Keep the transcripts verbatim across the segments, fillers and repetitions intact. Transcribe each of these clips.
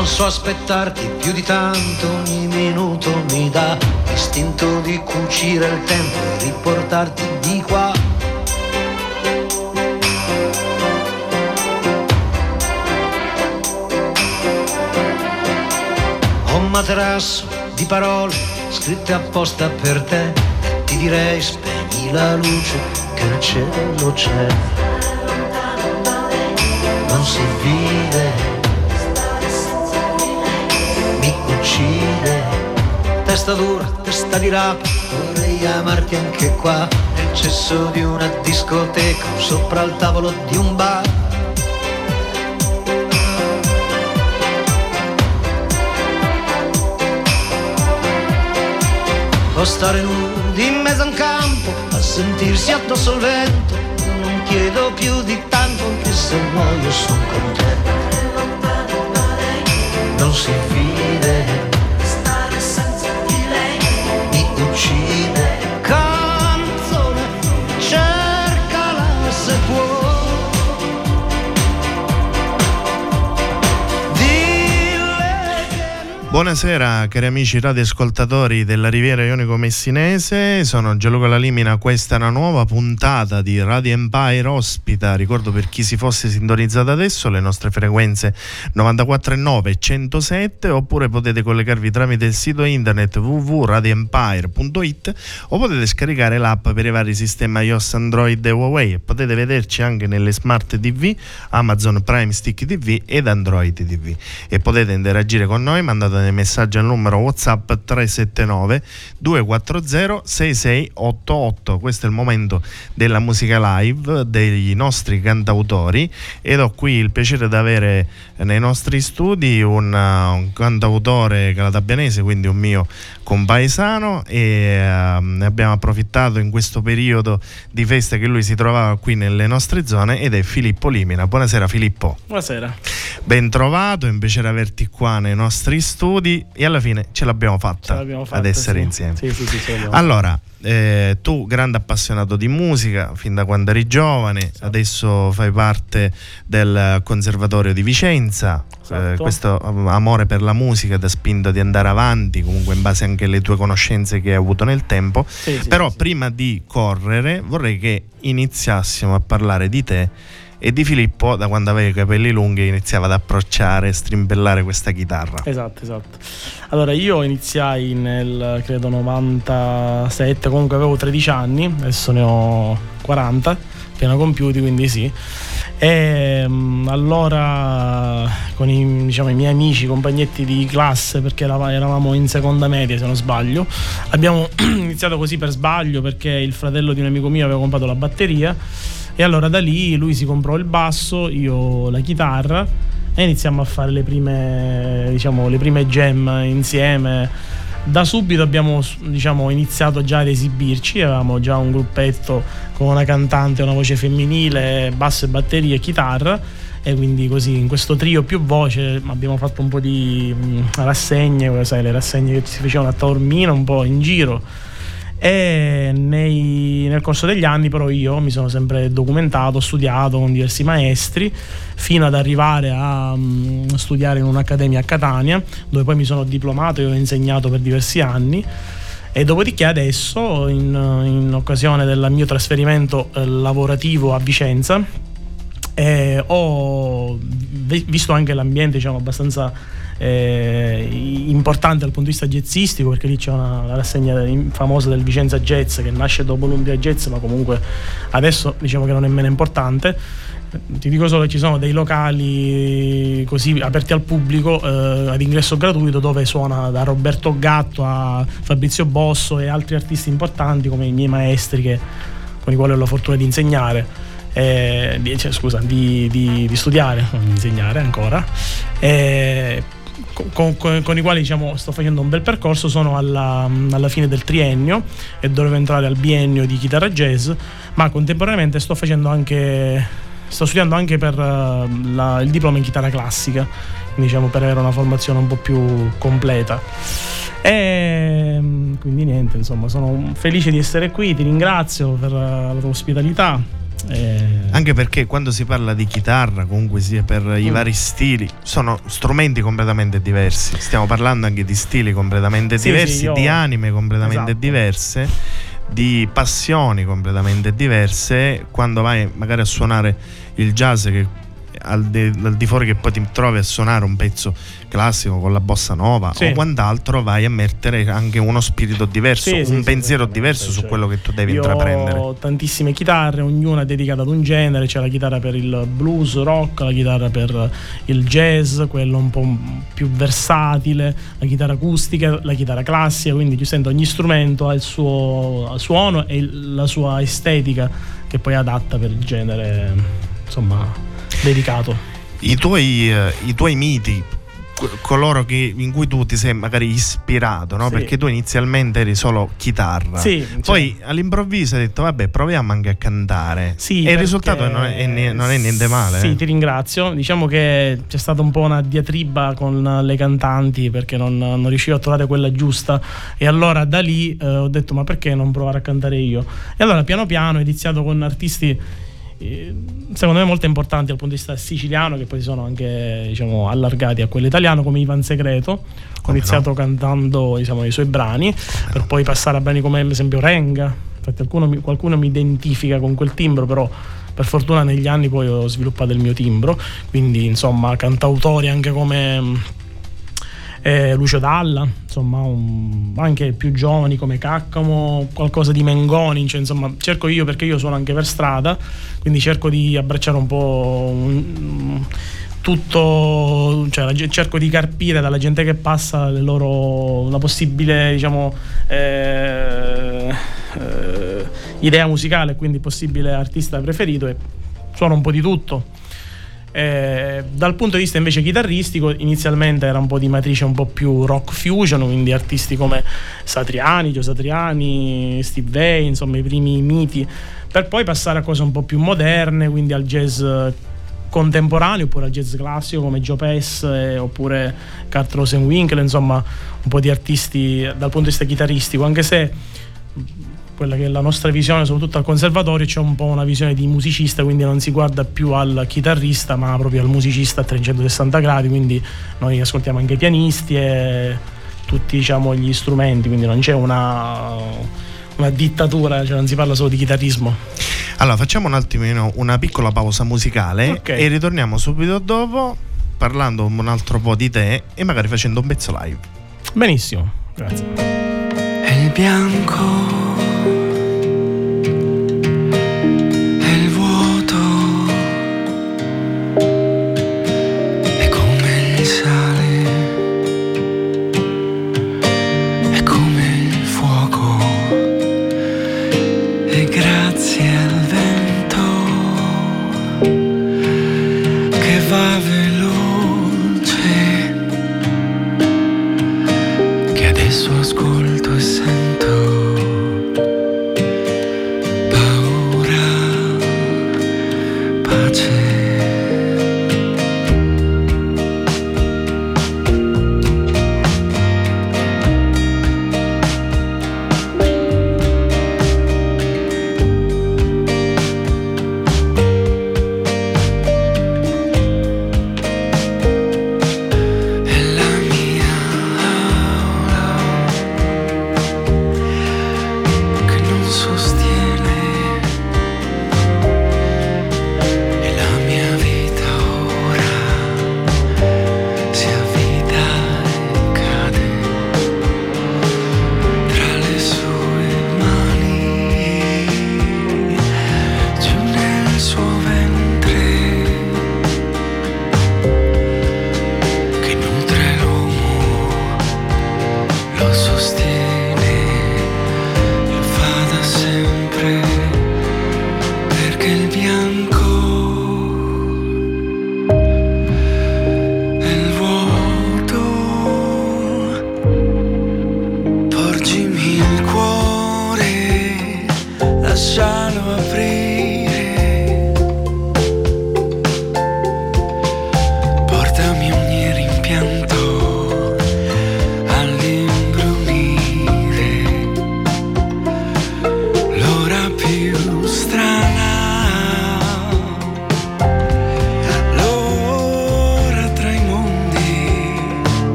Non so aspettarti più di tanto, ogni minuto mi dà l'istinto di cucire il tempo e riportarti di qua. Ho un materasso di parole scritte apposta per te e ti direi spegni la luce che il cielo c'è. Non si vive, mi uccide, testa dura, testa di rapa, vorrei amarti anche qua, nel cesso di una discoteca, sopra il tavolo di un bar. O stare nudi in mezzo a un campo, a sentirsi addosso al vento, non chiedo più di tanto, anche se muoio son contento. Non si vide, stare senza di lei mi uccide. Canzone, cercala se puoi. Buonasera cari amici radioascoltatori della Riviera Ionico Messinese, sono Gianluca Lalimina, questa è una nuova puntata di Radio Empire, ospita, ricordo per chi si fosse sintonizzato adesso, le nostre frequenze novantaquattro virgola nove e centosette, oppure potete collegarvi tramite il sito internet w w w punto radio empire punto i t o potete scaricare l'app per i vari sistemi iOS, Android e Huawei, e potete vederci anche nelle Smart T V, Amazon Prime Stick T V ed Android T V, e potete interagire con noi, mandate nei messaggi al numero WhatsApp tre sette nove due quattro zero sei sei otto otto. Questo è il momento della musica live dei nostri cantautori ed ho qui il piacere di avere nei nostri studi un, uh, un cantautore calatabianese, quindi un mio compaesano, e uh, ne abbiamo approfittato in questo periodo di festa che lui si trovava qui nelle nostre zone, ed è Filippo Limina. Buonasera Filippo. Buonasera. Ben trovato, è un piacere averti qua nei nostri studi e alla fine ce l'abbiamo fatta, ce l'abbiamo fatta ad essere sì. insieme. Sì, sì, sì, ce l'abbiamo allora, eh, tu grande appassionato di musica fin da quando eri giovane, esatto. Adesso fai parte del Conservatorio di Vicenza, esatto. eh, questo amore per la musica ti ha spinto di andare avanti, comunque in base anche alle tue conoscenze che hai avuto nel tempo, sì, sì, però sì, prima sì. di correre vorrei che iniziassimo a parlare di te e di Filippo da quando aveva i capelli lunghi iniziava ad approcciare e strimpellare questa chitarra. Esatto, esatto. Allora io iniziai nel credo novantasette, comunque avevo tredici anni, adesso ne ho quaranta, appena compiuti, quindi sì. E um, allora con i, diciamo, i miei amici, compagnetti di classe, perché eravamo in seconda media se non sbaglio, abbiamo iniziato così per sbaglio perché il fratello di un amico mio aveva comprato la batteria. E allora da lì lui si comprò il basso, io la chitarra, e iniziamo a fare le prime, diciamo, le prime jam insieme. Da subito abbiamo, diciamo, iniziato già ad esibirci, avevamo già un gruppetto con una cantante, una voce femminile, basso e batteria e chitarra, e quindi così in questo trio più voce abbiamo fatto un po' di mh, rassegne, sai, le rassegne che si facevano a Taormina, un po' in giro. E nei, nel corso degli anni però io mi sono sempre documentato, studiato con diversi maestri fino ad arrivare a um, studiare in un'accademia a Catania, dove poi mi sono diplomato e ho insegnato per diversi anni. E dopodiché adesso in, in occasione del mio trasferimento eh, lavorativo a Vicenza eh, ho visto anche l'ambiente, diciamo, abbastanza Eh, importante dal punto di vista jazzistico, perché lì c'è una la rassegna famosa del Vicenza Jazz che nasce dopo l'Umbria Jazz, ma comunque adesso diciamo che non è meno importante. Ti dico solo che ci sono dei locali così aperti al pubblico eh, ad ingresso gratuito, dove suona da Roberto Gatto a Fabrizio Bosso e altri artisti importanti come i miei maestri che, con i quali ho la fortuna di insegnare. Eh, di, cioè, scusa, di, di, di studiare, non di insegnare ancora. Eh, Con, con, con i quali diciamo sto facendo un bel percorso. Sono alla, alla fine del triennio e dovevo entrare al biennio di chitarra jazz, ma contemporaneamente sto facendo anche sto studiando anche per uh, la, il diploma in chitarra classica, quindi diciamo per avere una formazione un po' più completa. E quindi niente, insomma, sono felice di essere qui, ti ringrazio per la tua ospitalità Eh, Anche perché quando si parla di chitarra, comunque sia per mm. i vari stili, sono strumenti completamente diversi. Stiamo parlando anche di stili completamente sì, diversi, sì, io... di anime completamente esatto. diverse, di passioni completamente diverse. Quando vai magari a suonare il jazz, che al di, al di fuori che poi ti trovi a suonare un pezzo classico con la bossa nova sì. o quant'altro, vai a mettere anche uno spirito diverso, sì, un sì, pensiero sì, diverso sì, su cioè, quello che tu devi io intraprendere. Ho tantissime chitarre, ognuna dedicata ad un genere. C'è la chitarra per il blues rock, la chitarra per il jazz, quello un po' più versatile, la chitarra acustica, la chitarra classica, quindi ci sento ogni strumento ha il suo suono e la sua estetica che poi è adatta per il genere, insomma, dedicato. I tuoi, eh, i tuoi miti, coloro che, in cui tu ti sei magari ispirato, no? Sì. Perché tu inizialmente eri solo chitarra, sì, poi cioè... all'improvviso hai detto vabbè, proviamo anche a cantare, sì, e il risultato non è, è, non è niente male. Sì, eh. ti ringrazio. Diciamo che c'è stata un po' una diatriba con le cantanti perché non, non riuscivo a trovare quella giusta, e allora da lì eh, ho detto ma perché non provare a cantare io? E allora piano piano ho iniziato con artisti secondo me molto importanti dal punto di vista siciliano, che poi sono anche, diciamo, allargati a quello italiano, come Ivan Segreto. Ho come iniziato no? cantando, diciamo, i suoi brani, come per no? poi passare a brani come ad esempio Renga. Infatti qualcuno mi, qualcuno mi identifica con quel timbro, però per fortuna negli anni poi ho sviluppato il mio timbro, quindi insomma cantautori anche come Eh, Lucio Dalla, insomma un, anche più giovani come Caccamo, qualcosa di Mengoni, cioè, insomma cerco io, perché io suono anche per strada, quindi cerco di abbracciare un po' un, tutto, cioè cerco di carpire dalla gente che passa le loro, una possibile, diciamo, eh, eh, idea musicale, quindi possibile artista preferito, e suono un po' di tutto. Eh, dal punto di vista invece chitarristico, inizialmente era un po' di matrice un po' più rock fusion, quindi artisti come Satriani, Gio Satriani, Steve Vai, insomma i primi miti, per poi passare a cose un po' più moderne, quindi al jazz contemporaneo oppure al jazz classico come Joe Pass, eh, oppure Kurt Rosenwinkel, insomma un po' di artisti dal punto di vista chitarristico, anche se quella che è la nostra visione, soprattutto al conservatorio, c'è un po' una visione di musicista, quindi non si guarda più al chitarrista ma proprio al musicista a trecentosessanta gradi, quindi noi ascoltiamo anche pianisti e tutti, diciamo, gli strumenti, quindi non c'è una, una dittatura, cioè non si parla solo di chitarrismo. Allora facciamo un attimino una piccola pausa musicale, okay, e ritorniamo subito dopo parlando un altro po' di te e magari facendo un pezzo live. Benissimo, grazie. È il bianco, ascolto e sento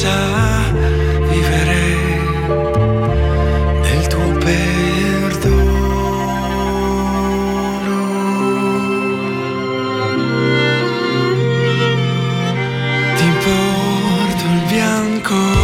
possa vivere del tuo perdono. Ti porto il bianco,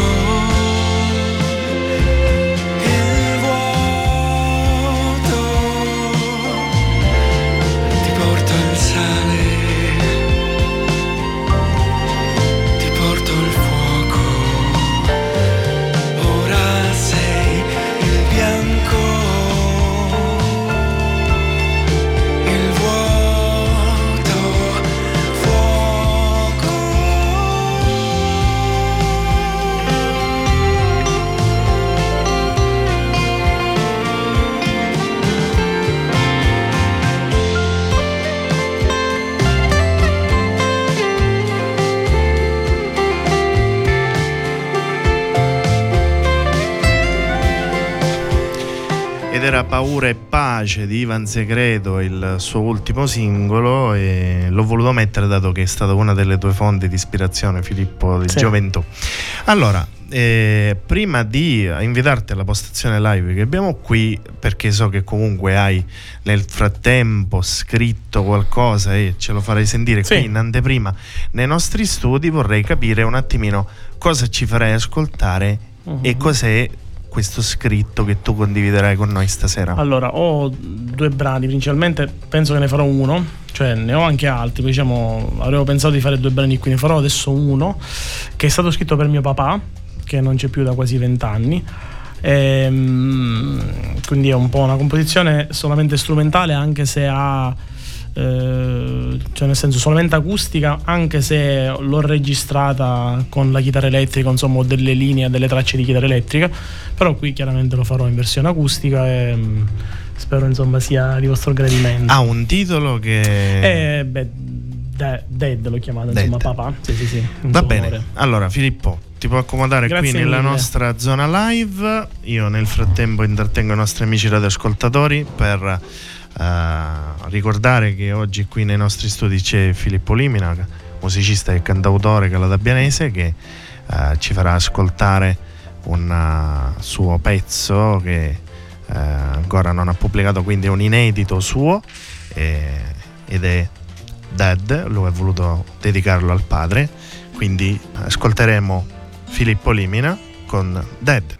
Era Paura e Pace di Ivan Segredo, il suo ultimo singolo, e l'ho voluto mettere dato che è stata una delle tue fonti di ispirazione, Filippo, di sì. gioventù. Allora, eh, prima di invitarti alla postazione live che abbiamo qui, perché so che comunque hai nel frattempo scritto qualcosa e ce lo farai sentire sì. qui in anteprima nei nostri studi, vorrei capire un attimino cosa ci farai ascoltare uh-huh. e cos'è questo scritto che tu condividerai con noi stasera. Allora, ho due brani, principalmente penso che ne farò uno, cioè ne ho anche altri, diciamo, avevo pensato di fare due brani qui, ne farò adesso uno che è stato scritto per mio papà, che non c'è più da quasi vent'anni, quindi è un po' una composizione solamente strumentale, anche se ha Eh, cioè nel senso solamente acustica, anche se l'ho registrata con la chitarra elettrica, insomma ho delle linee, delle tracce di chitarra elettrica, però qui chiaramente lo farò in versione acustica e mh, spero insomma sia di vostro gradimento. Ha un titolo che eh, beh, de- Dead l'ho chiamato, insomma, Dead. papà, sì sì sì, va bene. Allora Filippo, ti può accomodare Grazie qui nella mille. nostra zona live. Io nel frattempo intrattengo i nostri amici radioascoltatori per Uh, ricordare che oggi qui nei nostri studi c'è Filippo Limina, musicista e cantautore calatabianese, che uh, ci farà ascoltare un uh, suo pezzo che uh, ancora non ha pubblicato, quindi è un inedito suo, e, ed è Dead. Lui ha voluto dedicarlo al padre, quindi ascolteremo Filippo Limina con Dead.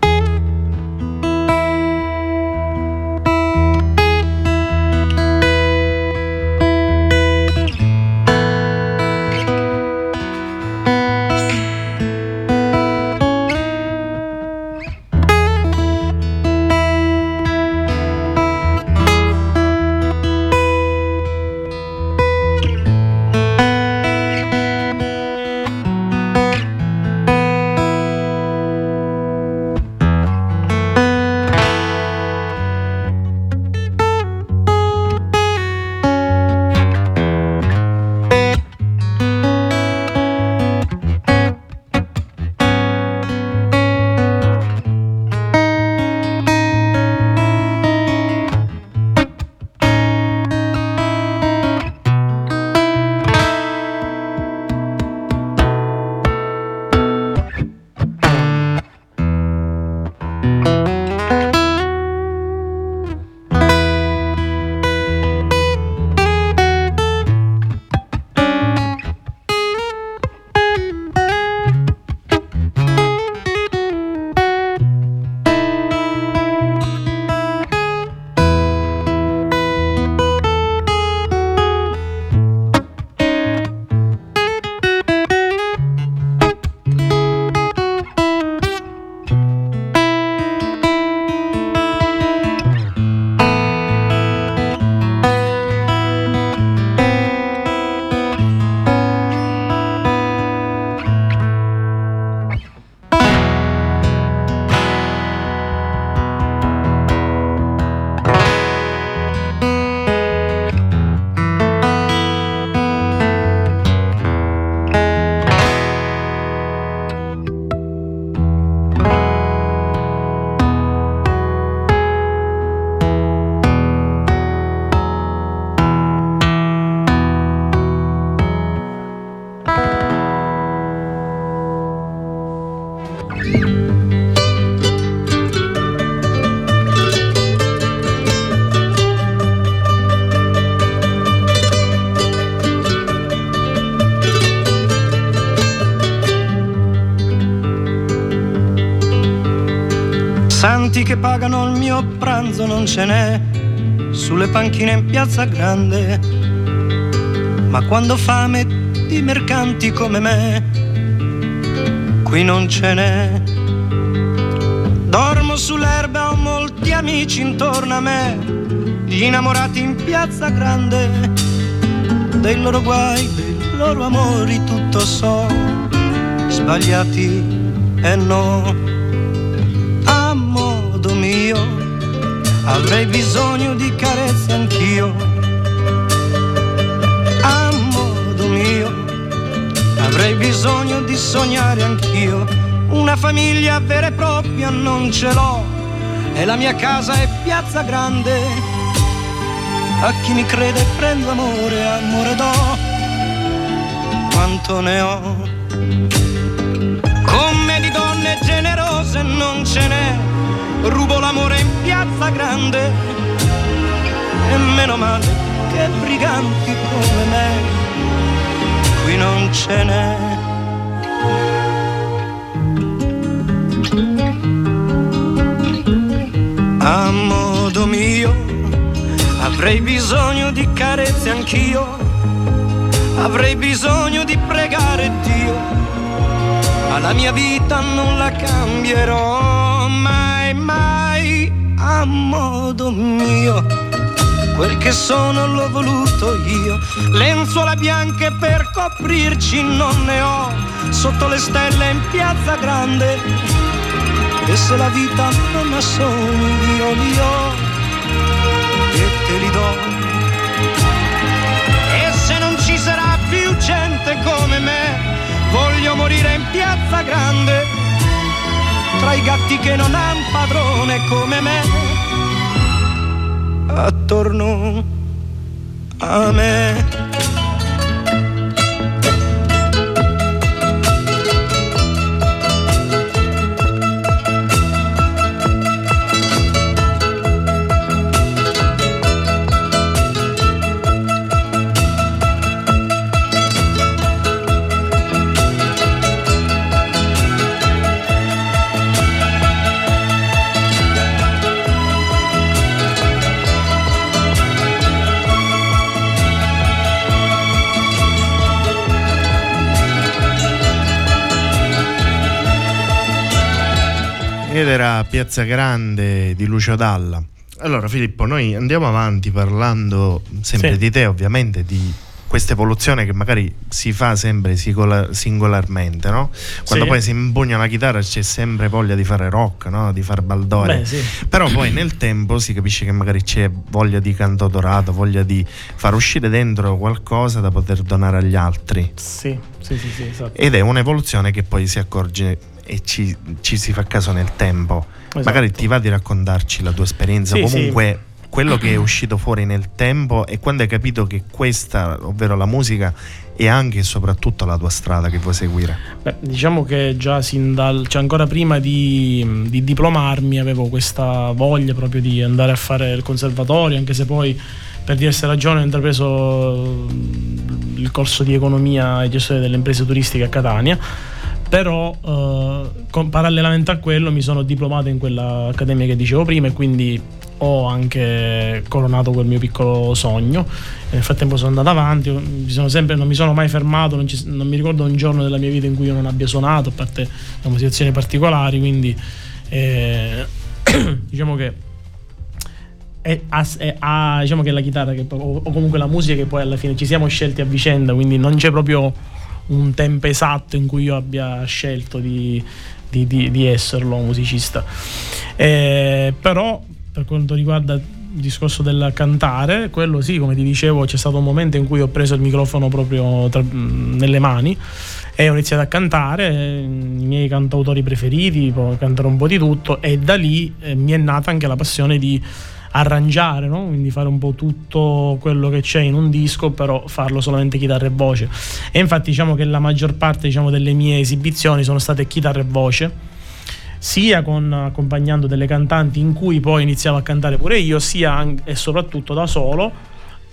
Santi che pagano il mio pranzo non ce n'è sulle panchine in Piazza Grande, ma quando fame di mercanti come me qui non ce n'è. Dormo sull'erba, ho molti amici intorno a me, gli innamorati in Piazza Grande, dei loro guai, dei loro amori tutto so, sbagliati e no. A modo mio avrei bisogno di carezze anch'io, a modo mio avrei bisogno di sognare anch'io. Una famiglia vera e propria non ce l'ho e la mia casa è Piazza Grande. A chi mi crede prendo amore, amore do, quanto ne ho. Come di donne generose non ce n'è, rubo l'amore in Piazza Grande. E meno male che briganti come me qui non ce n'è. A modo mio avrei bisogno di carezze anch'io, avrei bisogno di pregare Dio, ma la mia vita non la cambierò mai, mai. A modo mio quel che sono l'ho voluto io, lenzuola bianche per coprirci non ne ho, sotto le stelle in Piazza Grande. E se la vita non ha sogni io li ho e te li do. E se non ci sarà più gente come me, voglio morire in Piazza Grande, tra i gatti che non han padrone come me, attorno a me. Ed era Piazza Grande di Lucio Dalla. Allora Filippo, noi andiamo avanti parlando sempre sì. di te, ovviamente, di questa evoluzione che magari si fa sempre singolarmente, no? Quando sì. poi si impugna la chitarra c'è sempre voglia di fare rock, no? Di fare baldore. Beh, sì. Però poi nel tempo si capisce che magari c'è voglia di cantautorato, voglia di far uscire dentro qualcosa da poter donare agli altri. Sì, sì, sì, sì, esatto. Ed è un'evoluzione che poi si accorge e ci, ci si fa caso nel tempo. Esatto. Magari ti va di raccontarci la tua esperienza, sì, comunque sì. quello che è uscito fuori nel tempo e quando hai capito che questa, ovvero la musica, è anche e soprattutto la tua strada che vuoi seguire. Beh, diciamo che già sin dal, cioè ancora prima di, di diplomarmi avevo questa voglia proprio di andare a fare il conservatorio, anche se poi per diverse ragioni ho intrapreso il corso di economia e gestione delle imprese turistiche a Catania. Però eh, con, parallelamente a quello mi sono diplomato in quella accademia che dicevo prima e quindi ho anche coronato quel mio piccolo sogno. E nel frattempo sono andato avanti, mi sono sempre, non mi sono mai fermato, non, ci, non mi ricordo un giorno della mia vita in cui io non abbia suonato, a parte diciamo, situazioni particolari, quindi eh, diciamo che è, è, è, diciamo che la chitarra che, o, o comunque la musica che poi alla fine ci siamo scelti a vicenda, quindi non c'è proprio un tempo esatto in cui io abbia scelto di, di, di, di esserlo musicista. Eh, però per quanto riguarda il discorso del cantare, quello sì, come ti dicevo, c'è stato un momento in cui ho preso il microfono proprio tra, nelle mani e ho iniziato a cantare i miei cantautori preferiti, poi cantare un po' di tutto, e da lì eh, mi è nata anche la passione di arrangiare, no? Quindi fare un po' tutto quello che c'è in un disco, però farlo solamente chitarra e voce. E infatti diciamo che la maggior parte diciamo delle mie esibizioni sono state chitarra e voce, sia con accompagnando delle cantanti in cui poi iniziavo a cantare pure io, sia anche, e soprattutto da solo,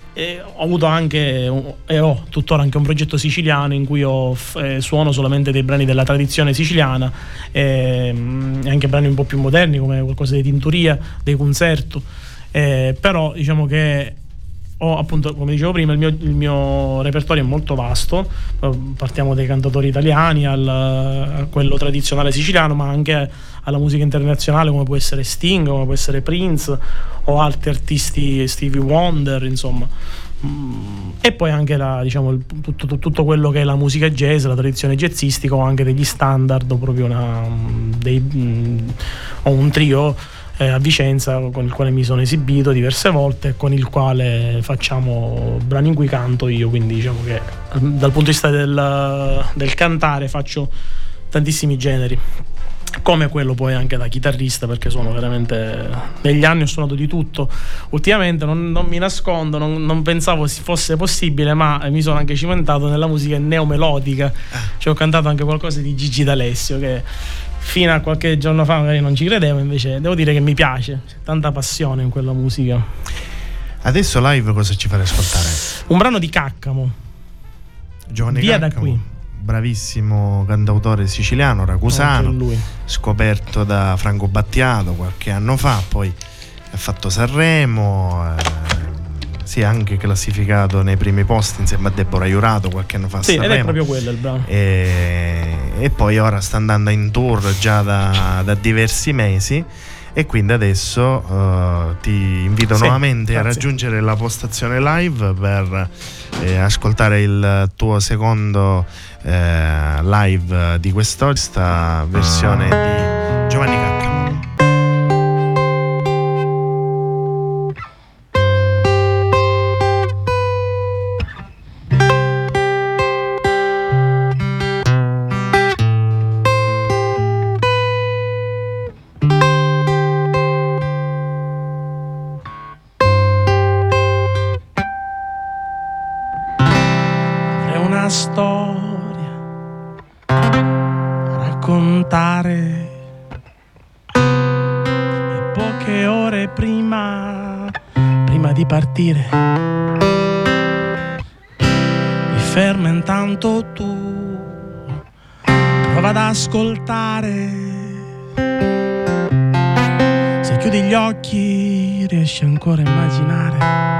E ho avuto anche e ho tuttora anche un progetto siciliano in cui ho, eh, suono solamente dei brani della tradizione siciliana, e mh, anche brani un po' più moderni come qualcosa di Tintoria, dei concerto, eh, però diciamo che ho, appunto, come dicevo prima, il mio, il mio repertorio è molto vasto. Partiamo dai cantatori italiani al, a quello tradizionale siciliano, ma anche alla musica internazionale, come può essere Sting, come può essere Prince o altri artisti, Stevie Wonder, insomma. E poi anche la, diciamo, il, tutto, tutto quello che è la musica jazz, la tradizione jazzistica, o anche degli standard, o proprio una, dei, ho un trio a Vicenza con il quale mi sono esibito diverse volte, con il quale facciamo brani in cui canto io, quindi diciamo che dal punto di vista del, del cantare faccio tantissimi generi, come quello poi anche da chitarrista, perché sono veramente, negli anni ho suonato di tutto. Ultimamente non, non mi nascondo, non, non pensavo fosse possibile, ma mi sono anche cimentato nella musica neomelodica, cioè ho cantato anche qualcosa di Gigi D'Alessio, che fino a qualche giorno fa magari non ci credevo, invece devo dire che mi piace, c'è tanta passione in quella musica. Adesso live cosa ci fai ascoltare? Un brano di Caccamo, Giovanni Via Caccamo, da qui. Bravissimo cantautore siciliano, ragusano, lui. scoperto da Franco Battiato qualche anno fa, poi ha fatto Sanremo, eh, si è anche classificato nei primi posti insieme a Deborah Jurato qualche anno fa a sì, Sanremo. Ed è proprio quello il brano. E, e poi ora sta andando in tour già da, da diversi mesi, e quindi adesso uh, ti invito sì, nuovamente grazie. a raggiungere la postazione live per eh, ascoltare il tuo secondo eh, live di quest'oggi, questa versione di Giovanni Caccamo. Storia a raccontare, e poche ore prima prima di partire mi fermo, intanto tu prova ad ascoltare. Se chiudi gli occhi riesci ancora a immaginare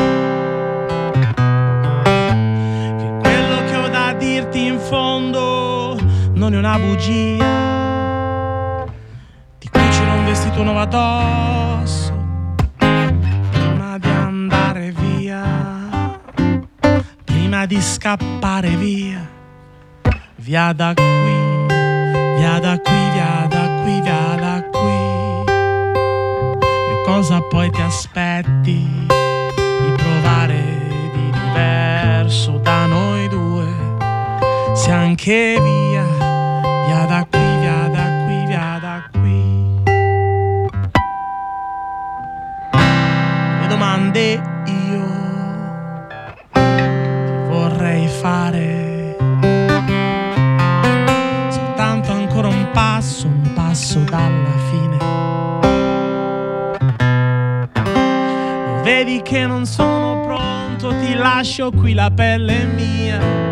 in fondo non è una bugia, di cui c'era un vestito nuovo addosso prima di andare via, prima di scappare via, via da qui, via da qui, via da qui, via da qui. Che cosa poi ti aspetti di provare di diverso da noi due? Se anche via, via da qui, via da qui, via da qui. Le domande io ti vorrei fare, soltanto ancora un passo, un passo dalla fine. Lo vedi che non sono pronto, ti lascio qui, la pelle è mia.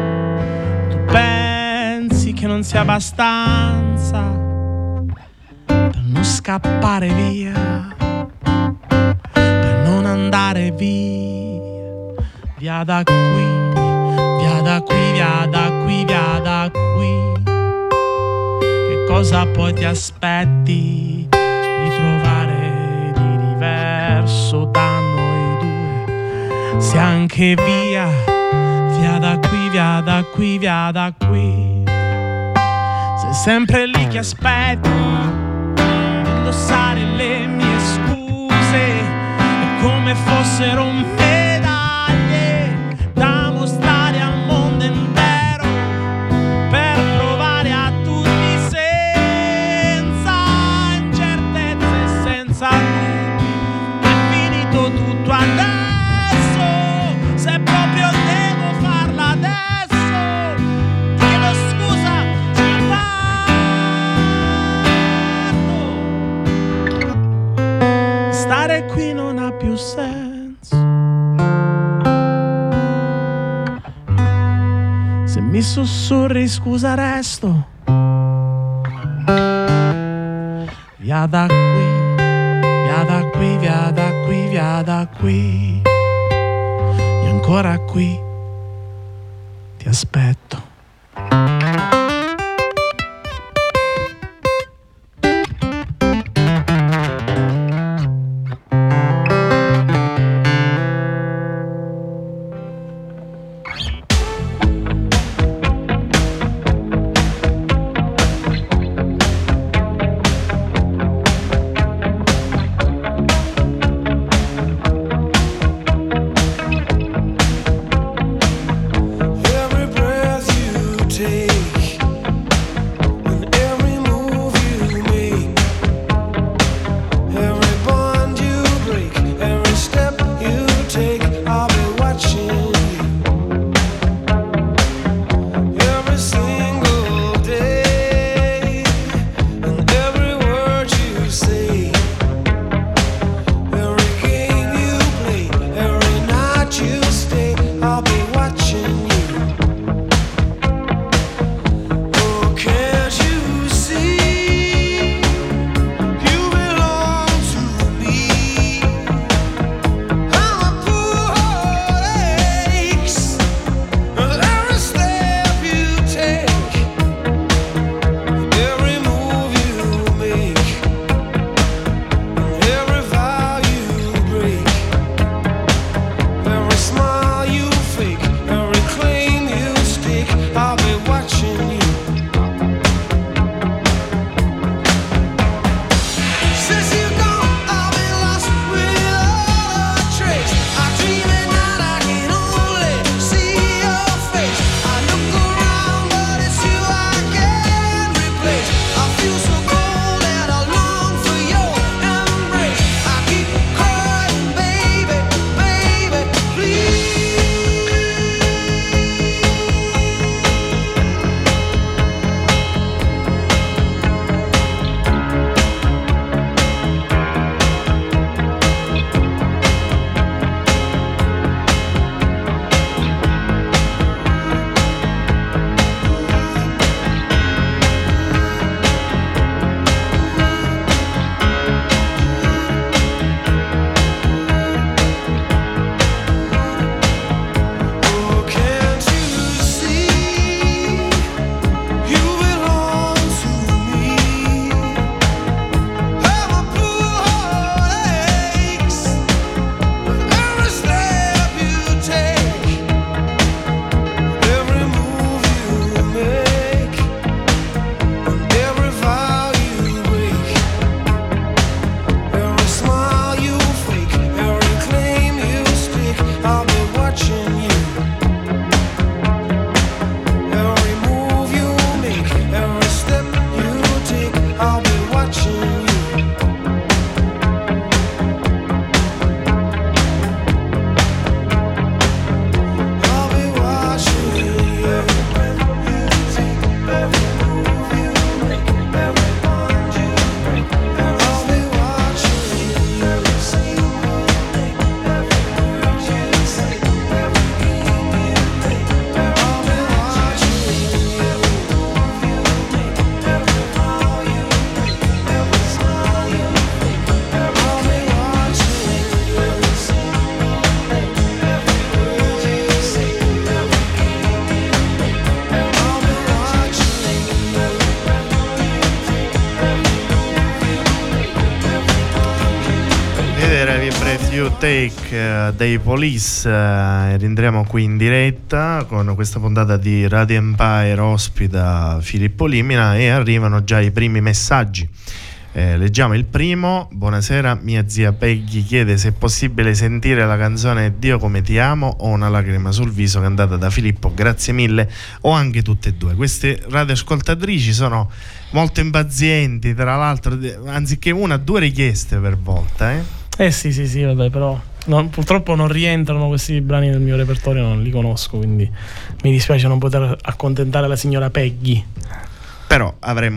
Pensi che non sia abbastanza per non scappare via, per non andare via, via da qui, via da qui, via da qui, via da qui. Che cosa poi ti aspetti di trovare di diverso da noi due? Se anche via, via da qui, via da qui, via da qui. Sei sempre lì che aspetti di indossare le mie scuse, e come fossero medaglie da mostrare al mondo intero, per provare a tutti senza incertezze e senza dubbi. È finito tutto adesso, se proprio devo farla adesso, chiedo scusa, ci parto. Stare qui non ha più senso, mi sussurri scusa resto. Via da qui, via da qui, via da qui, via da qui. E ancora qui ti aspetto. You Take uh, dei Police, uh, rientriamo qui in diretta con questa puntata di Radio Empire, ospita Filippo Limina e arrivano già i primi messaggi. Eh, leggiamo il primo. Buonasera, mia zia Peggy chiede se è possibile sentire la canzone Dio come ti amo o Una lacrima sul viso, cantata da Filippo, grazie mille, o anche tutte e due. Queste radioascoltatrici sono molto impazienti, tra l'altro, anziché una, due richieste per volta, eh? Eh sì sì sì, vabbè, però no, purtroppo non rientrano questi brani nel mio repertorio, non li conosco, quindi mi dispiace non poter accontentare la signora Peggy. Però avremo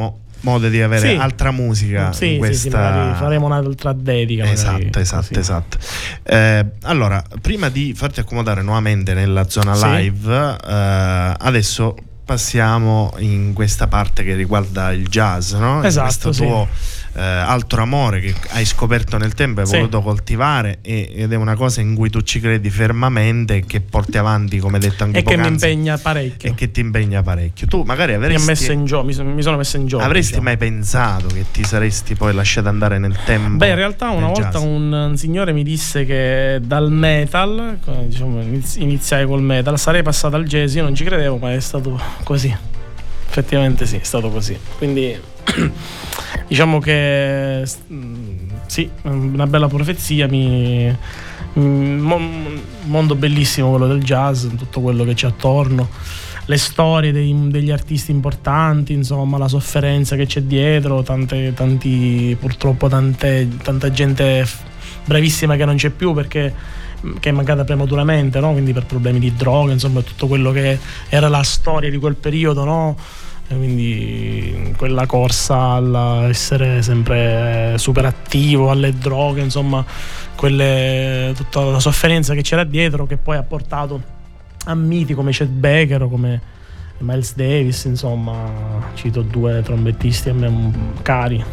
modo di avere sì. altra musica. Sì, in questa... sì, sì, magari faremo un'altra dedica. Esatto, magari, esatto, così. esatto. Eh, allora, prima di farti accomodare nuovamente nella zona Sì. live, eh, adesso passiamo in questa parte che riguarda il jazz, no? Esatto, Questo sì. tuo eh, altro amore che hai scoperto nel tempo, hai Sì. voluto coltivare e, ed è una cosa in cui tu ci credi fermamente e che porti avanti, come detto anche E che mi poc'anzi, impegna parecchio. e che ti impegna parecchio. Tu magari Mi, ha avresti messo in gio- mi, son- mi sono messo in gioco. avresti diciamo. mai pensato che ti saresti poi lasciato andare nel tempo? Beh, in realtà una nel volta jazz? un, un signore mi disse che dal metal, eh, diciamo, iniz- iniziai col metal, sarei passato al jazz. Io non ci credevo, ma è stato così. Effettivamente sì, è stato così. Quindi diciamo che mm, sì, una bella profezia. Mi, mm, mo- mondo bellissimo quello del jazz, tutto quello che c'è attorno, le storie dei- degli artisti importanti, insomma, la sofferenza che c'è dietro, tante, tanti, purtroppo tante, tanta gente f- bravissima che non c'è più perché che è mancata prematuramente, no? Quindi per problemi di droga, insomma, tutto quello che era la storia di quel periodo, no? E quindi quella corsa all'essere sempre super attivo, alle droghe, insomma, quelle, tutta la sofferenza che c'era dietro, che poi ha portato a miti come Chet Baker o come Miles Davis, insomma, cito due trombettisti a me cari,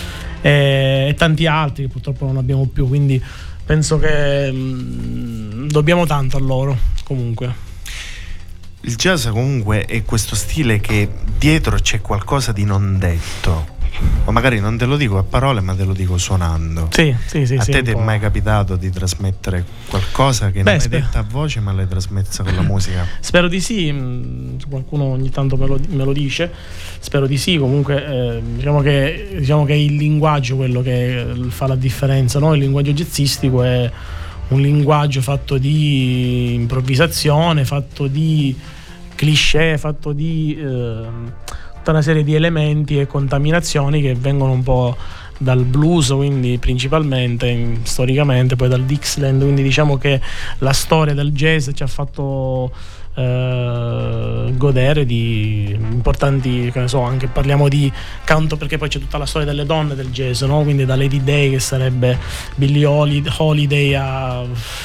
e, e tanti altri che purtroppo non abbiamo più, quindi penso che mh, dobbiamo tanto a loro comunque. Il jazz comunque è questo stile che dietro c'è qualcosa di non detto, o magari non te lo dico a parole ma te lo dico suonando. Sì, sì, sì. A sì, te un ti è po'. mai capitato di trasmettere qualcosa che Beh, non sper- hai detto a voce ma l'hai trasmessa con la musica? Spero di sì, mh, qualcuno ogni tanto me lo, me lo dice, spero di sì. Comunque eh, diciamo, che, diciamo che è il linguaggio quello che fa la differenza, no? Il linguaggio jazzistico è un linguaggio fatto di improvvisazione, fatto di cliché, fatto di eh, tutta una serie di elementi e contaminazioni che vengono un po' dal blues, quindi principalmente in, storicamente, poi dal Dixieland, quindi diciamo che la storia del jazz ci ha fatto eh, godere di importanti, che ne so, anche parliamo di canto, perché poi c'è tutta la storia delle donne del jazz, no? Quindi da Lady Day, che sarebbe Billie Holiday, a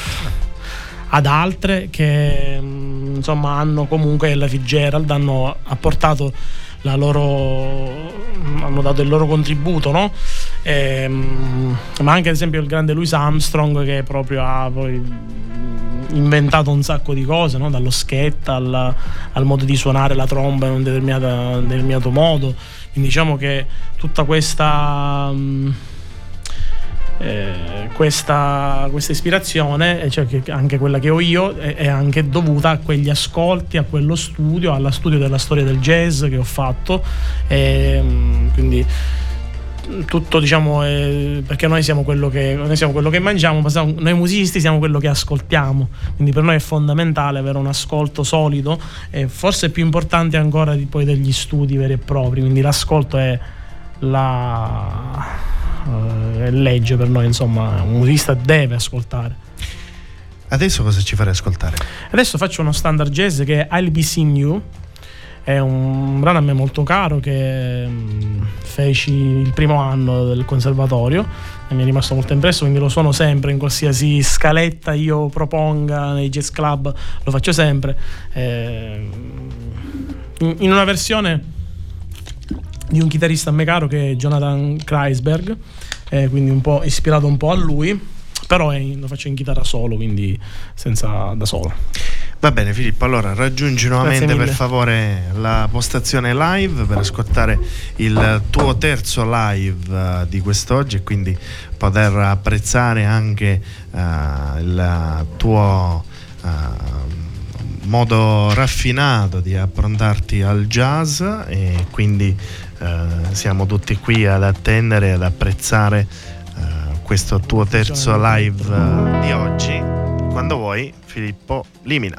ad altre che insomma hanno comunque, la Fitzgerald, hanno apportato la loro, hanno dato il loro contributo, no? E, ma anche ad esempio il grande Louis Armstrong, che proprio ha poi inventato un sacco di cose, no? Dallo skate al, al modo di suonare la tromba in un determinato, un determinato modo. Quindi diciamo che tutta questa Eh, questa, questa ispirazione, cioè che anche quella che ho io, è, è anche dovuta a quegli ascolti, a quello studio, allo studio della storia del jazz che ho fatto, e, quindi tutto, diciamo, è, perché noi siamo quello che noi siamo quello che mangiamo, ma siamo, noi musicisti siamo quello che ascoltiamo, quindi per noi è fondamentale avere un ascolto solido, e forse è più importante ancora di poi degli studi veri e propri, quindi l'ascolto è la Uh, legge per noi, insomma, un musicista deve ascoltare. Adesso cosa ci farei ascoltare? Adesso faccio uno standard jazz che è I'll Be Seeing You, è un brano a me molto caro che um, feci il primo anno del conservatorio e mi è rimasto molto impresso, quindi lo suono sempre in qualsiasi scaletta io proponga nei jazz club, lo faccio sempre, eh, in, in una versione di un chitarrista a me caro che è Jonathan Kreisberg, eh, quindi un po' ispirato un po' a lui, però è in, lo faccio in chitarra solo, quindi senza da solo. Va bene Filippo, allora raggiungi nuovamente per favore la postazione live per ascoltare il tuo terzo live uh, di quest'oggi e quindi poter apprezzare anche uh, il tuo uh, modo raffinato di approntarti al jazz, e quindi uh, siamo tutti qui ad attendere, ad apprezzare uh, questo tuo terzo live uh, di oggi. Quando vuoi Filippo, Limina.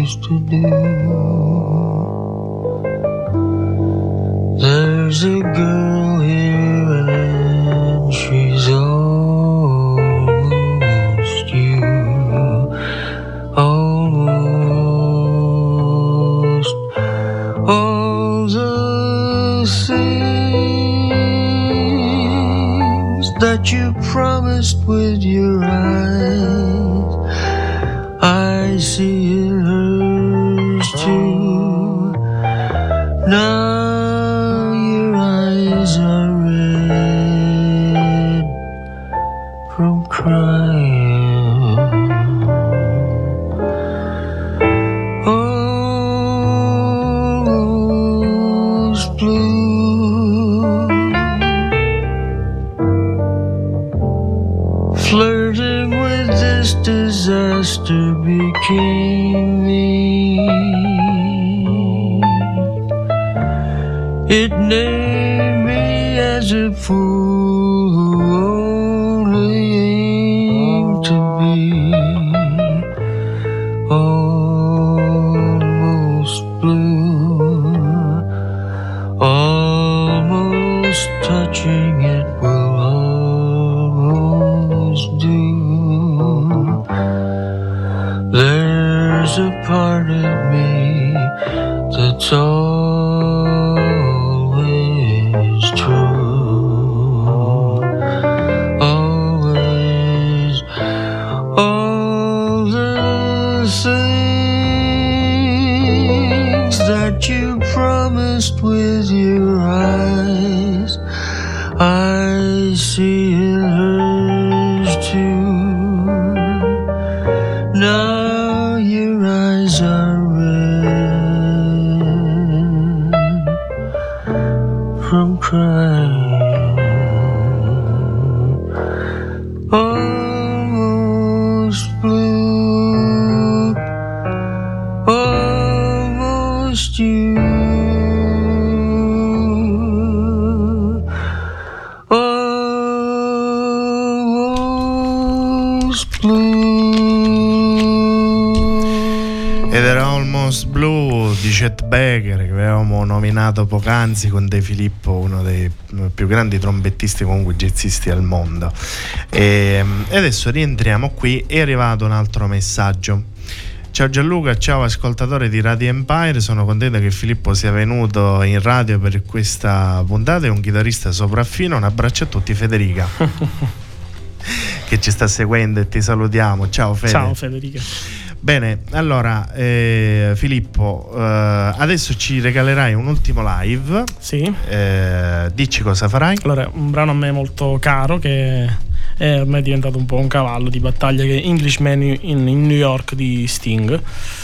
used to do. There's a girl here and she's almost you, almost all the things that you promised with your eyes, I see in hers too. Now your eyes are red from crying, almost blue. Flirting with this disaster became me. It named me as a fool who only aimed to be almost blue, almost touching it will almost do. There's a part of me that's always true, always. All the things that you promised with your eyes, I see in hers too. Now your eyes are red from crying, almost blue, almost you, almost blue. Ed era Almost Blue di Chet Baker, che avevamo nominato poc'anzi, con De Filippo, uno dei più grandi trombettisti, comunque jazzisti al mondo. E, e adesso rientriamo qui. È arrivato un altro messaggio. Ciao Gianluca, ciao ascoltatore di Radio Empire, sono contento che Filippo sia venuto in radio per questa puntata, è un chitarrista sopraffino. Un abbraccio a tutti. Federica che ci sta seguendo e ti salutiamo. Ciao Fede. Ciao Federica. Bene, allora eh, Filippo, eh, adesso ci regalerai un ultimo live. Sì. Eh, dici cosa farai? Allora, un brano a me molto caro, che è ormai diventato un po' un cavallo di battaglia, che è Englishman in, in New York di Sting.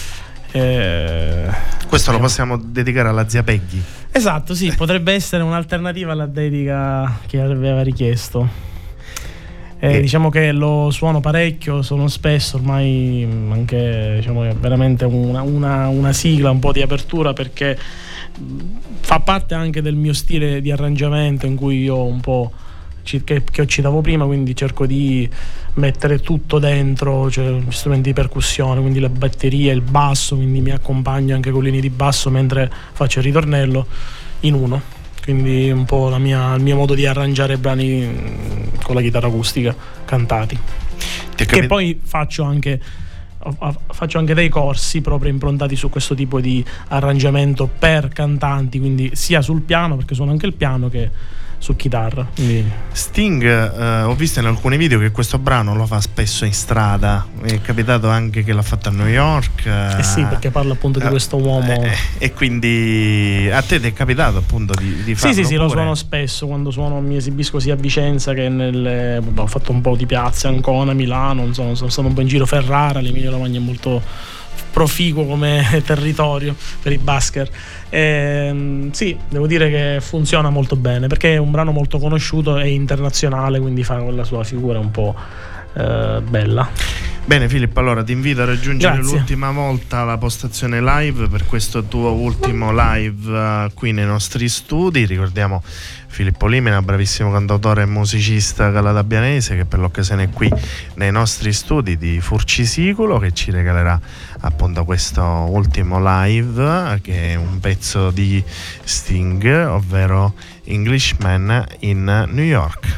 Eh, Questo lo possiamo dedicare alla zia Peggy. Esatto, sì, potrebbe essere un'alternativa alla dedica che aveva richiesto. Eh, diciamo che lo suono parecchio, suono spesso, ormai anche, diciamo, è veramente una, una, una sigla, un po' di apertura, perché fa parte anche del mio stile di arrangiamento, in cui io un po' che, che citavo prima, quindi cerco di mettere tutto dentro, cioè gli strumenti di percussione, quindi le batterie, il basso, quindi mi accompagno anche con linee di basso mentre faccio il ritornello in uno. Quindi un po' la mia, il mio modo di arrangiare brani con la chitarra acustica cantati. Che poi faccio anche faccio anche dei corsi proprio improntati su questo tipo di arrangiamento per cantanti, quindi sia sul piano, perché suono anche il piano, che su chitarra. Quindi... Sting, eh, ho visto in alcuni video che questo brano lo fa spesso in strada, è capitato anche che l'ha fatto a New York. Eh, eh sì, perché parla appunto di questo uomo. Eh, e quindi a te ti è capitato appunto di, di farlo? Sì, sì, sì, pure? lo suono spesso, quando suono mi esibisco sia a Vicenza che nelle... ho fatto un po' di piazze, Ancona, Milano, insomma, sono stato un po' in giro, Ferrara, l'Emilia Romagna è molto proficuo come territorio per i basker. E, sì, devo dire che funziona molto bene, perché è un brano molto conosciuto e internazionale, quindi fa quella sua figura un po' eh, bella. Bene Filippo, allora ti invito a raggiungere Grazie. l'ultima volta la postazione live per questo tuo ultimo live uh, qui nei nostri studi. Ricordiamo Filippo Limina, bravissimo cantautore e musicista calatabianese, che per l'occasione è qui nei nostri studi di Furcisicolo, che ci regalerà appunto questo ultimo live, che è un pezzo di Sting, ovvero Englishman in New York.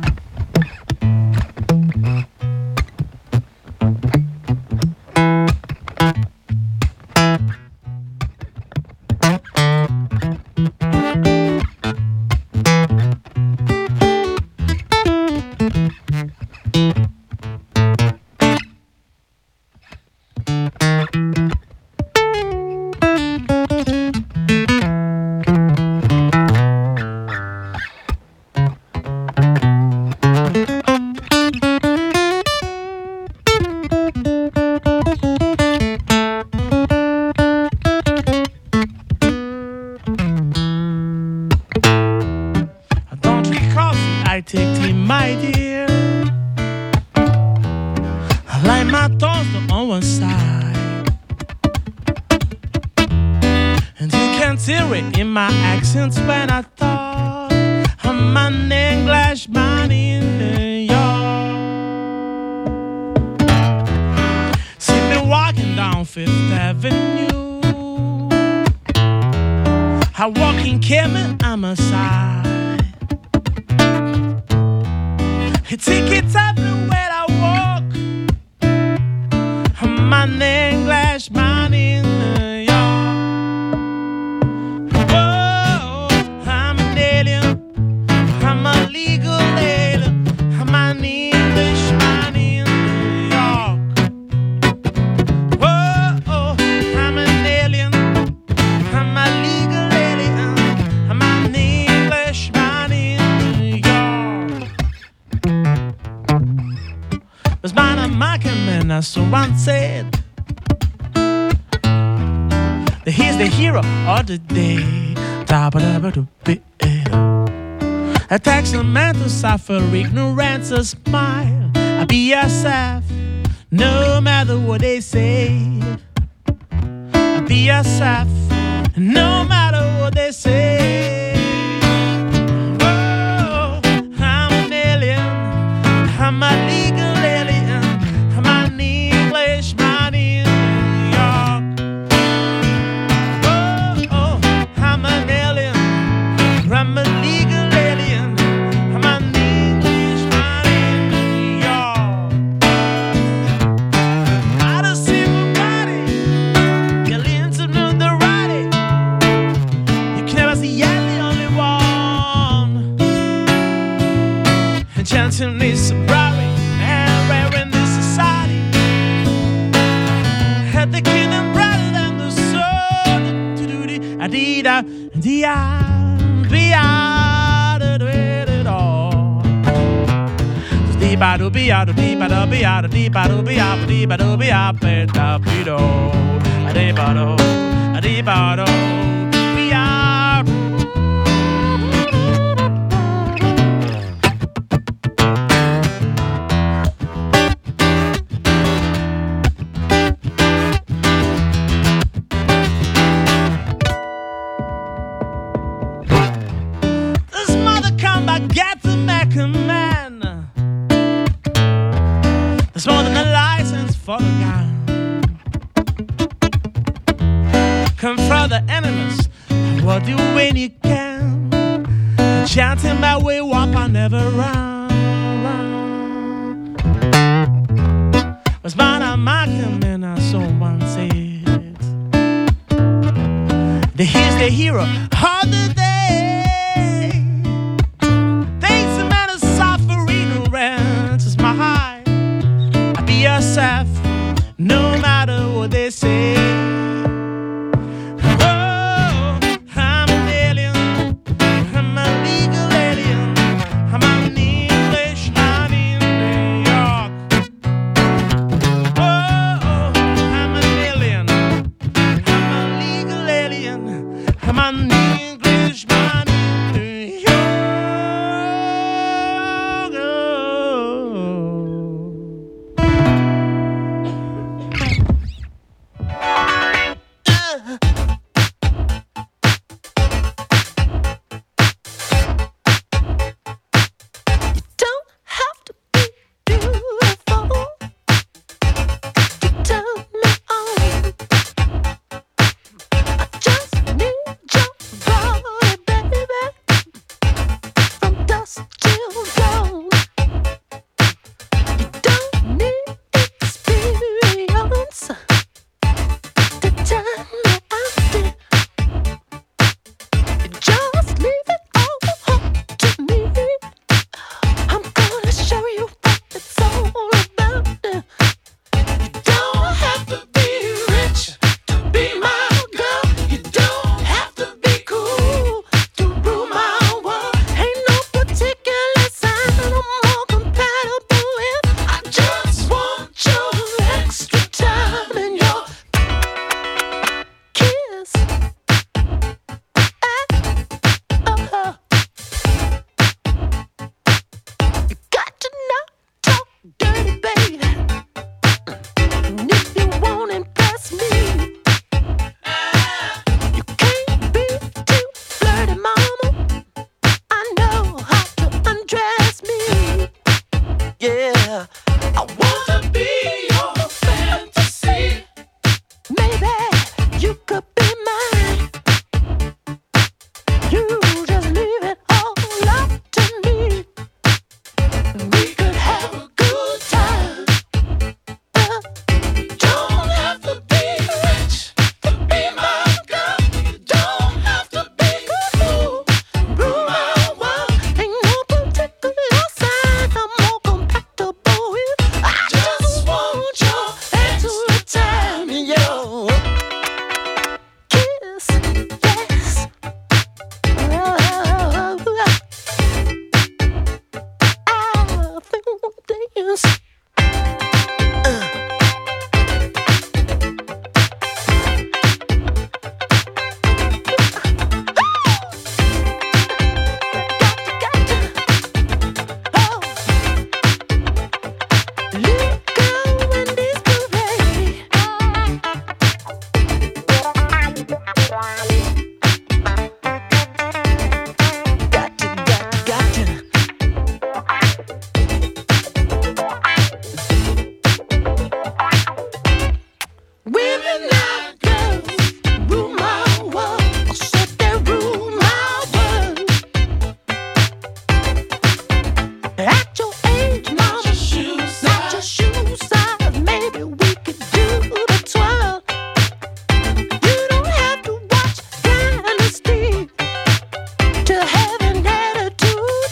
When I thought I'm an Englishman in New York, see me walking down Fifth Avenue, I walk in Kemet, I'm a side. Tickets everywhere I walk, I'm an Englishman in New York. Someone said that he's the hero of the day. I text a man to suffer ignorance, a smile, I be yourself, no matter what they say. I be yourself, no matter what they say. Oh, I'm an alien, I'm a legal alien. Chanting this sobriety and rare in this society. Had the kingdom rather than the soul. To do the adida, dia, bia, do it all. Deep out of bia, deep out of bia, deep out of bia, deep out of bia, peta pido, adebado, adebado, bia. Confront the enemies, what do when you can. Chanting my way, walk, I never run, run. Was born a Malcolm and I someone said that he's the hero of the day. Thanks a man of suffering, ignorance is my high. I be yourself, no matter what they say. I'm an Englishman Women now, girls, rule my world. I said they rule my world. At your age, mama, not your shoe size. Maybe we could do the twirl. You don't have to watch Dynasty to have an attitude.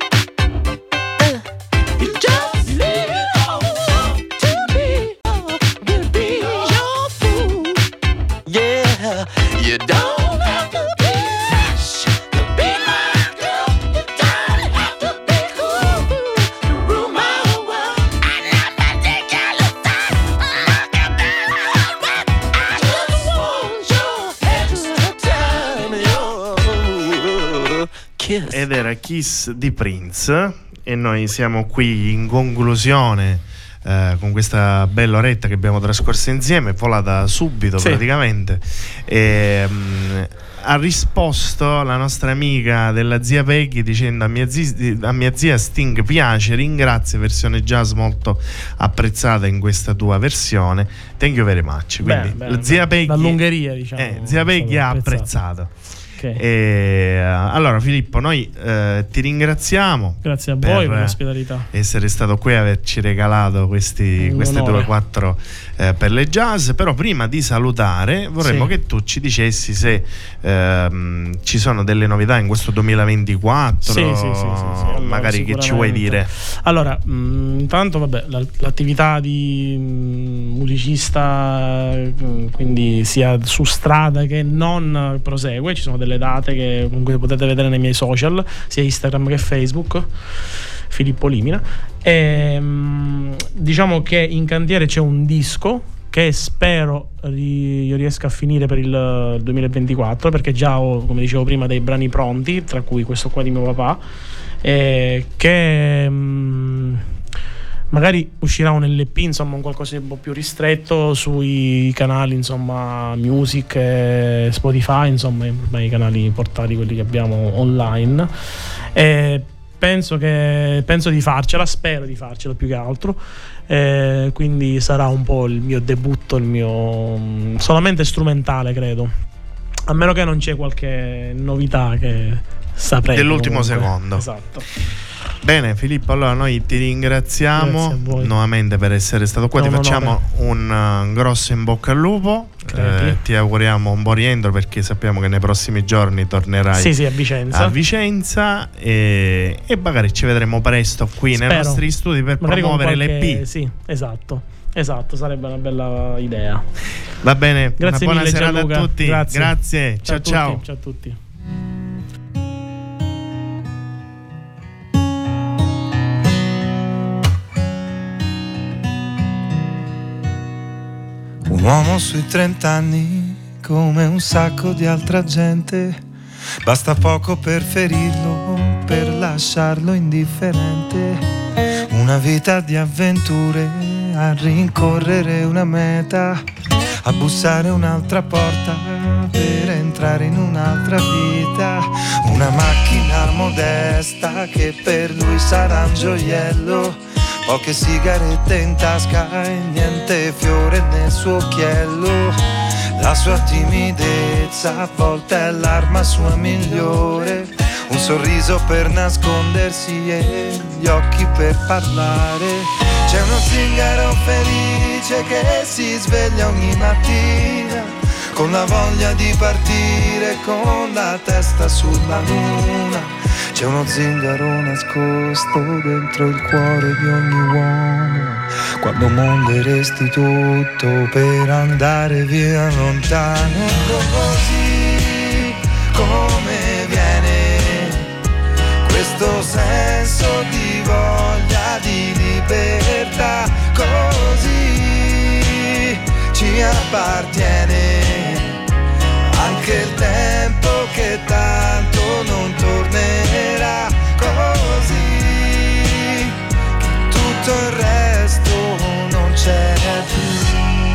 Uh, you just leave it all to me. We'll be your fool. Yeah, you don't have to be rich to be my girl. You don't have to be cool to rule my world. I'm not particular type. Look at me, I just want your extra time, your kiss. Ed era Kiss di Prince e noi siamo qui in conclusione eh, con questa bella oretta che abbiamo trascorso insieme, volata subito Sì. praticamente. E, mh, ha risposto la nostra amica della zia Peggy dicendo: a mia, zi- a mia zia Sting piace, ringrazio, versione jazz molto apprezzata in questa tua versione, thank you very much. Quindi Beh, beh, la zia Peggy, dall'Ungheria, diciamo, eh, zia Peggy è ha stato apprezzato. Ok. E, uh, allora Filippo, noi uh, ti ringraziamo Grazie a per, voi per eh, l'ospitalità. essere stato qui e averci regalato questi, Un queste onore. due quattro eh, per le jazz. Però prima di salutare vorremmo Sì. che tu ci dicessi se ehm, ci sono delle novità in questo duemilaventiquattro, Sì, sì, sì, sì, sì. Allora, magari che ci vuoi sicuramente. dire. Allora, mh, intanto vabbè, la- l'attività di mh, musicista, mh, quindi sia su strada che non, prosegue. Ci sono delle date che comunque potete vedere nei miei social, sia Instagram che Facebook, Filippo Limina. E, mh, diciamo che in cantiere c'è un disco che spero ri- io riesca a finire per il duemilaventiquattro, perché già ho, come dicevo prima, dei brani pronti, tra cui questo qua di mio papà, eh, che mh, magari uscirà un L P, insomma un qualcosa di un po' più ristretto sui canali, insomma Music e Spotify, insomma ormai i canali portali, quelli che abbiamo online. E penso che penso di farcela, spero di farcela più che altro. Eh, quindi sarà un po' il mio debutto, il mio mh, solamente strumentale, credo, a meno che non c'è qualche novità che saprei Dell'ultimo comunque. secondo. Esatto. Bene Filippo, allora noi ti ringraziamo Grazie a voi. nuovamente per essere stato qua, È ti un facciamo un uh, grosso in bocca al lupo, Credi. eh, ti auguriamo un buon rientro, perché sappiamo che nei prossimi giorni tornerai Sì, sì, a Vicenza. a Vicenza e, e magari ci vedremo presto qui nei Spero. nostri studi per Magari con promuovere qualche- l'E P. Sì, esatto. Esatto, sarebbe una bella idea. Va bene, Grazie una buona mille, serata Gianluca. a tutti. Grazie. Ciao a ciao. tutti, ciao a tutti. Un uomo sui trent'anni, come un sacco di altra gente, basta poco per ferirlo, per lasciarlo indifferente. Una vita di avventure, a rincorrere una meta, a bussare un'altra porta per entrare in un'altra vita. Una macchina modesta che per lui sarà un gioiello, poche sigarette in tasca e niente fiore nel suo occhiello. La sua timidezza a volte è l'arma sua migliore, un sorriso per nascondersi e gli occhi per parlare. C'è uno zingaro felice che si sveglia ogni mattina con la voglia di partire, con la testa sulla luna. C'è uno zingaro nascosto dentro il cuore di ogni uomo, quando monderesti tutto per andare via lontano. Così come viene questo senso di voglia di libertà, così ci appartiene anche il tempo che tanto non tornerà, così che tutto il resto non c'è più.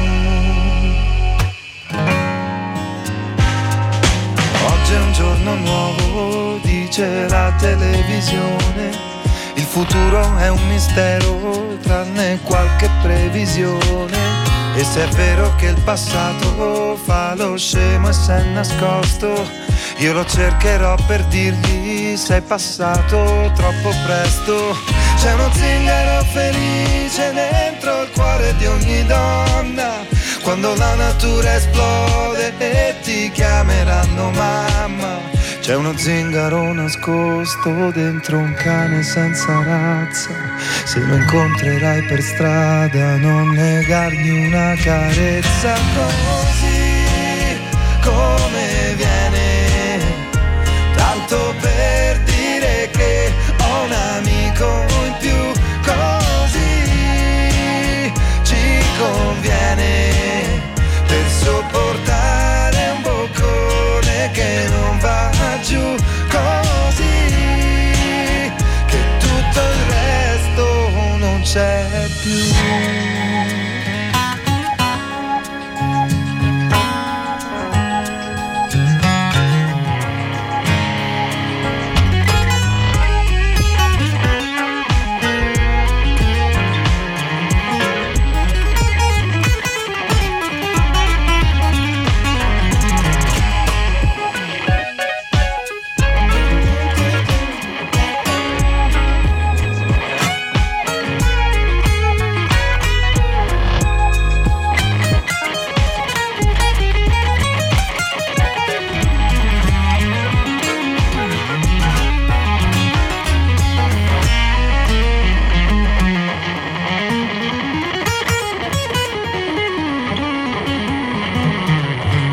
Oggi è un giorno nuovo, dice la televisione, il futuro è un mistero tranne qualche previsione. E se è vero che il passato fa lo scemo e s'è nascosto, io lo cercherò per dirgli sei passato troppo presto. C'è uno zingaro felice dentro il cuore di ogni donna, quando la natura esplode e ti chiameranno mamma. C'è uno zingaro nascosto dentro un cane senza razza, se lo incontrerai per strada non negargli una carezza. Così come viene, tanto per dire che ho un amico in più. Così ci conviene per sopportare